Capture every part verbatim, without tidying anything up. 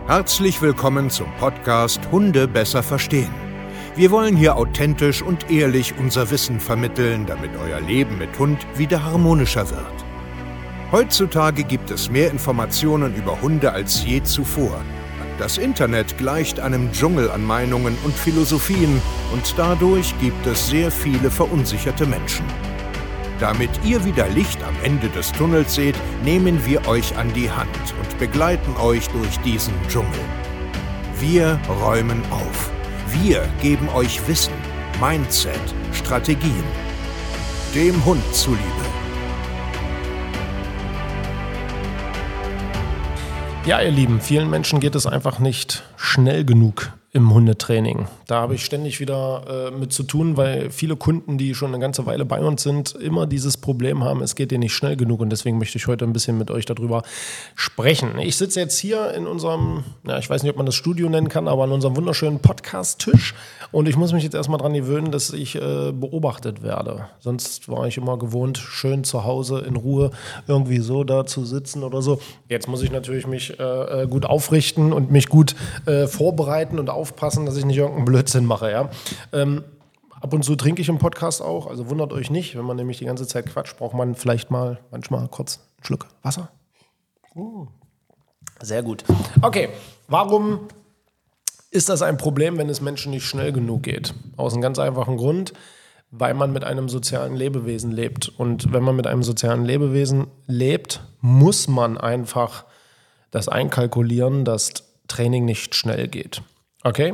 Herzlich willkommen zum Podcast Hunde besser verstehen. Wir wollen hier authentisch und ehrlich unser Wissen vermitteln, damit euer Leben mit Hund wieder harmonischer wird. Heutzutage gibt es mehr Informationen über Hunde als je zuvor. Das Internet gleicht einem Dschungel an Meinungen und Philosophien und dadurch gibt es sehr viele verunsicherte Menschen. Damit ihr wieder Licht am Ende des Tunnels seht, nehmen wir euch an die Hand und begleiten euch durch diesen Dschungel. Wir räumen auf. Wir geben euch Wissen, Mindset, Strategien. Dem Hund zuliebe. Ja, ihr Lieben, vielen Menschen geht es einfach nicht schnell genug im Hundetraining. Da habe ich ständig wieder äh, mit zu tun, weil viele Kunden, die schon eine ganze Weile bei uns sind, immer dieses Problem haben, es geht dir nicht schnell genug, und deswegen möchte ich heute ein bisschen mit euch darüber sprechen. Ich sitze jetzt hier in unserem, ja, ich weiß nicht, ob man das Studio nennen kann, aber an unserem wunderschönen Podcast-Tisch, und ich muss mich jetzt erstmal daran gewöhnen, dass ich äh, beobachtet werde. Sonst war ich immer gewohnt, schön zu Hause in Ruhe irgendwie so da zu sitzen oder so. Jetzt muss ich natürlich mich äh, gut aufrichten und mich gut äh, vorbereiten und aufpassen, dass ich nicht irgendeinen Blödsinn mache. Ja? Ähm, ab und zu trinke ich im Podcast auch, also wundert euch nicht, wenn man nämlich die ganze Zeit quatscht, braucht man vielleicht mal manchmal kurz einen Schluck Wasser. Uh. Sehr gut. Okay, warum ist das ein Problem, wenn es Menschen nicht schnell genug geht? Aus einem ganz einfachen Grund, weil man mit einem sozialen Lebewesen lebt. Und wenn man mit einem sozialen Lebewesen lebt, muss man einfach das einkalkulieren, dass Training nicht schnell geht. Okay?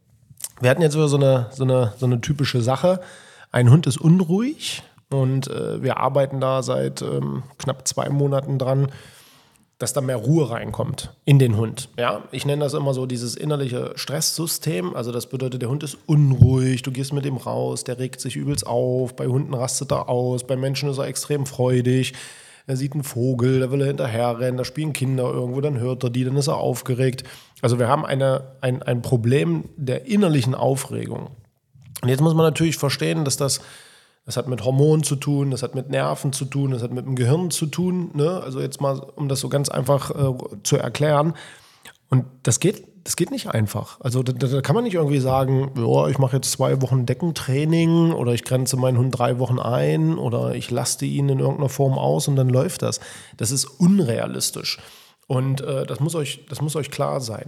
Wir hatten jetzt wieder so eine, so eine, so eine typische Sache. Ein Hund ist unruhig und äh, wir arbeiten da seit ähm, knapp zwei Monaten dran, dass da mehr Ruhe reinkommt in den Hund. Ja? Ich nenne das immer so dieses innerliche Stresssystem. Also das bedeutet, der Hund ist unruhig, du gehst mit ihm raus, der regt sich übelst auf, bei Hunden rastet er aus, bei Menschen ist er extrem freudig. Er sieht einen Vogel, da will er hinterher rennen, da spielen Kinder irgendwo, dann hört er die, dann ist er aufgeregt. Also wir haben eine, ein, ein Problem der innerlichen Aufregung. Und jetzt muss man natürlich verstehen, dass das, das hat mit Hormonen zu tun, das hat mit Nerven zu tun, das hat mit dem Gehirn zu tun. Ne? Also jetzt mal, um das so ganz einfach äh, zu erklären. Und das geht, das geht nicht einfach. Also da, da kann man nicht irgendwie sagen, ja, ich mache jetzt zwei Wochen Deckentraining oder ich grenze meinen Hund drei Wochen ein oder ich laste ihn in irgendeiner Form aus und dann läuft das. Das ist unrealistisch. Und äh, das muss euch, das muss euch klar sein.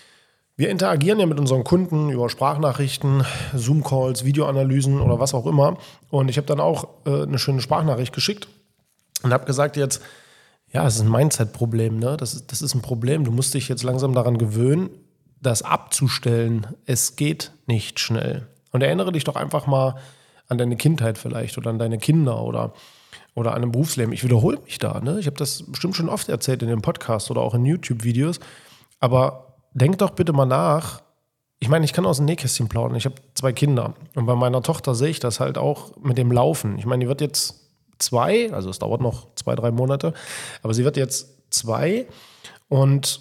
Wir interagieren ja mit unseren Kunden über Sprachnachrichten, Zoom-Calls, Videoanalysen oder was auch immer. Und ich habe dann auch äh, eine schöne Sprachnachricht geschickt und habe gesagt jetzt, ja, es ist ein Mindset-Problem, ne? Das ist, das ist ein Problem. Du musst dich jetzt langsam daran gewöhnen, das abzustellen. Es geht nicht schnell. Und erinnere dich doch einfach mal an deine Kindheit vielleicht oder an deine Kinder oder, oder an ein Berufsleben. Ich wiederhole mich da, ne? Ich habe das bestimmt schon oft erzählt in dem Podcast oder auch in YouTube-Videos. Aber denk doch bitte mal nach. Ich meine, ich kann aus dem Nähkästchen plaudern. Ich habe zwei Kinder. Und bei meiner Tochter sehe ich das halt auch mit dem Laufen. Ich meine, die wird jetzt zwei, also es dauert noch zwei, drei Monate, aber sie wird jetzt zwei und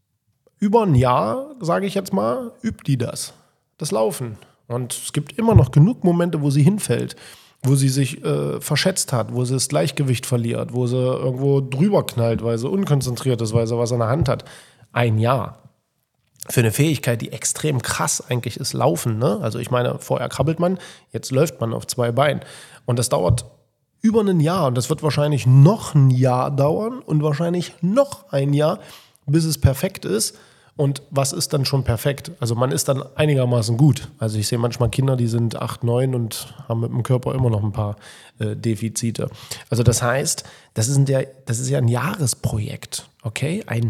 über ein Jahr, sage ich jetzt mal, übt die das, das Laufen. Und es gibt immer noch genug Momente, wo sie hinfällt, wo sie sich äh, verschätzt hat, wo sie das Gleichgewicht verliert, wo sie irgendwo drüber knallt, weil sie unkonzentriert ist, weil sie was in der Hand hat. Ein Jahr. Für eine Fähigkeit, die extrem krass eigentlich ist, Laufen. Ne? Also ich meine, vorher krabbelt man, jetzt läuft man auf zwei Beinen. Und das dauert über ein Jahr, und das wird wahrscheinlich noch ein Jahr dauern und wahrscheinlich noch ein Jahr, bis es perfekt ist. Und was ist dann schon perfekt? Also man ist dann einigermaßen gut. Also ich sehe manchmal Kinder, die sind acht, neun und haben mit dem Körper immer noch ein paar äh, Defizite. Also das heißt, das ist, der, das ist ja ein Jahresprojekt, okay? Ein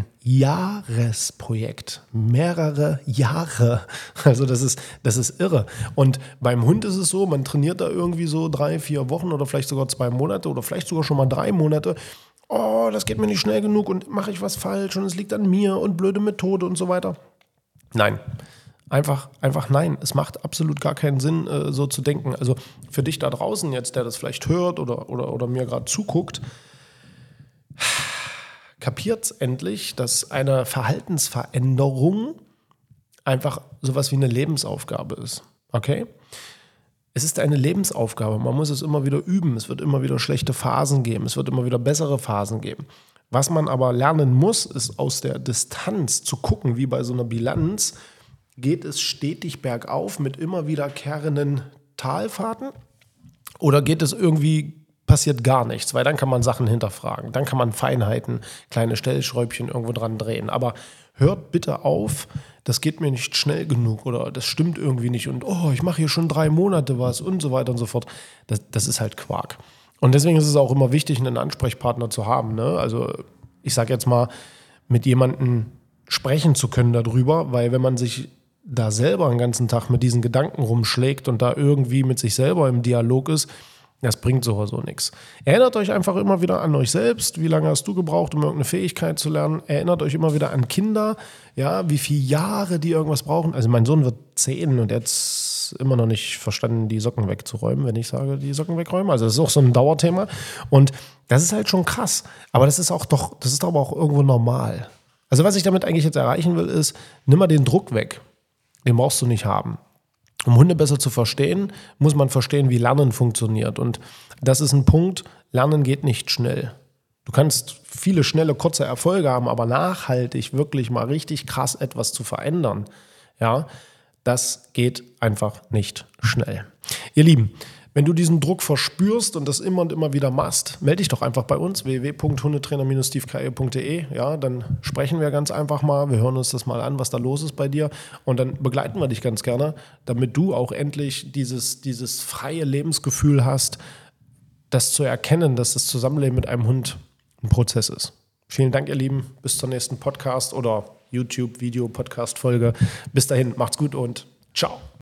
Jahresprojekt. Mehrere Jahre. Also das ist, das ist irre. Und beim Hund ist es so, man trainiert da irgendwie so drei, vier Wochen oder vielleicht sogar zwei Monate oder vielleicht sogar schon mal drei Monate. Oh, das geht mir nicht schnell genug und mache ich was falsch und es liegt an mir und blöde Methode und so weiter. Nein, einfach, einfach nein. Es macht absolut gar keinen Sinn, äh, so zu denken. Also für dich da draußen jetzt, der das vielleicht hört oder, oder, oder mir gerade zuguckt, kapiert's endlich, dass eine Verhaltensveränderung einfach sowas wie eine Lebensaufgabe ist. Okay? Es ist eine Lebensaufgabe. Man muss es immer wieder üben. Es wird immer wieder schlechte Phasen geben. Es wird immer wieder bessere Phasen geben. Was man aber lernen muss, ist aus der Distanz zu gucken, wie bei so einer Bilanz, geht es stetig bergauf mit immer wiederkehrenden Talfahrten oder geht es irgendwie, passiert gar nichts, weil dann kann man Sachen hinterfragen, dann kann man Feinheiten, kleine Stellschräubchen irgendwo dran drehen, aber hört bitte auf, das geht mir nicht schnell genug oder das stimmt irgendwie nicht und oh, ich mache hier schon drei Monate was und so weiter und so fort. Das, das ist halt Quark. Und deswegen ist es auch immer wichtig, einen Ansprechpartner zu haben. Ne? Also ich sage jetzt mal, mit jemandem sprechen zu können darüber, weil wenn man sich da selber den ganzen Tag mit diesen Gedanken rumschlägt und da irgendwie mit sich selber im Dialog ist, das bringt so oder so nichts. Erinnert euch einfach immer wieder an euch selbst. Wie lange hast du gebraucht, um irgendeine Fähigkeit zu lernen? Erinnert euch immer wieder an Kinder, ja, wie viele Jahre die irgendwas brauchen. Also mein Sohn wird zehn und er hat immer noch nicht verstanden, die Socken wegzuräumen, wenn ich sage, die Socken wegräumen. Also das ist auch so ein Dauerthema. Und das ist halt schon krass. Aber das ist auch doch, das ist aber auch irgendwo normal. Also was ich damit eigentlich jetzt erreichen will, ist, nimm mal den Druck weg. Den brauchst du nicht haben. Um Hunde besser zu verstehen, muss man verstehen, wie Lernen funktioniert. Und das ist ein Punkt, Lernen geht nicht schnell. Du kannst viele schnelle, kurze Erfolge haben, aber nachhaltig wirklich mal richtig krass etwas zu verändern, ja, das geht einfach nicht schnell. Ihr Lieben, wenn du diesen Druck verspürst und das immer und immer wieder machst, melde dich doch einfach bei uns, w w w punkt hundetrainer Bindestrich steve k e punkt d e. Ja, dann sprechen wir ganz einfach mal, wir hören uns das mal an, was da los ist bei dir und dann begleiten wir dich ganz gerne, damit du auch endlich dieses, dieses freie Lebensgefühl hast, das zu erkennen, dass das Zusammenleben mit einem Hund ein Prozess ist. Vielen Dank, ihr Lieben, bis zur nächsten Podcast- oder YouTube-Video-Podcast-Folge. Bis dahin, macht's gut und ciao.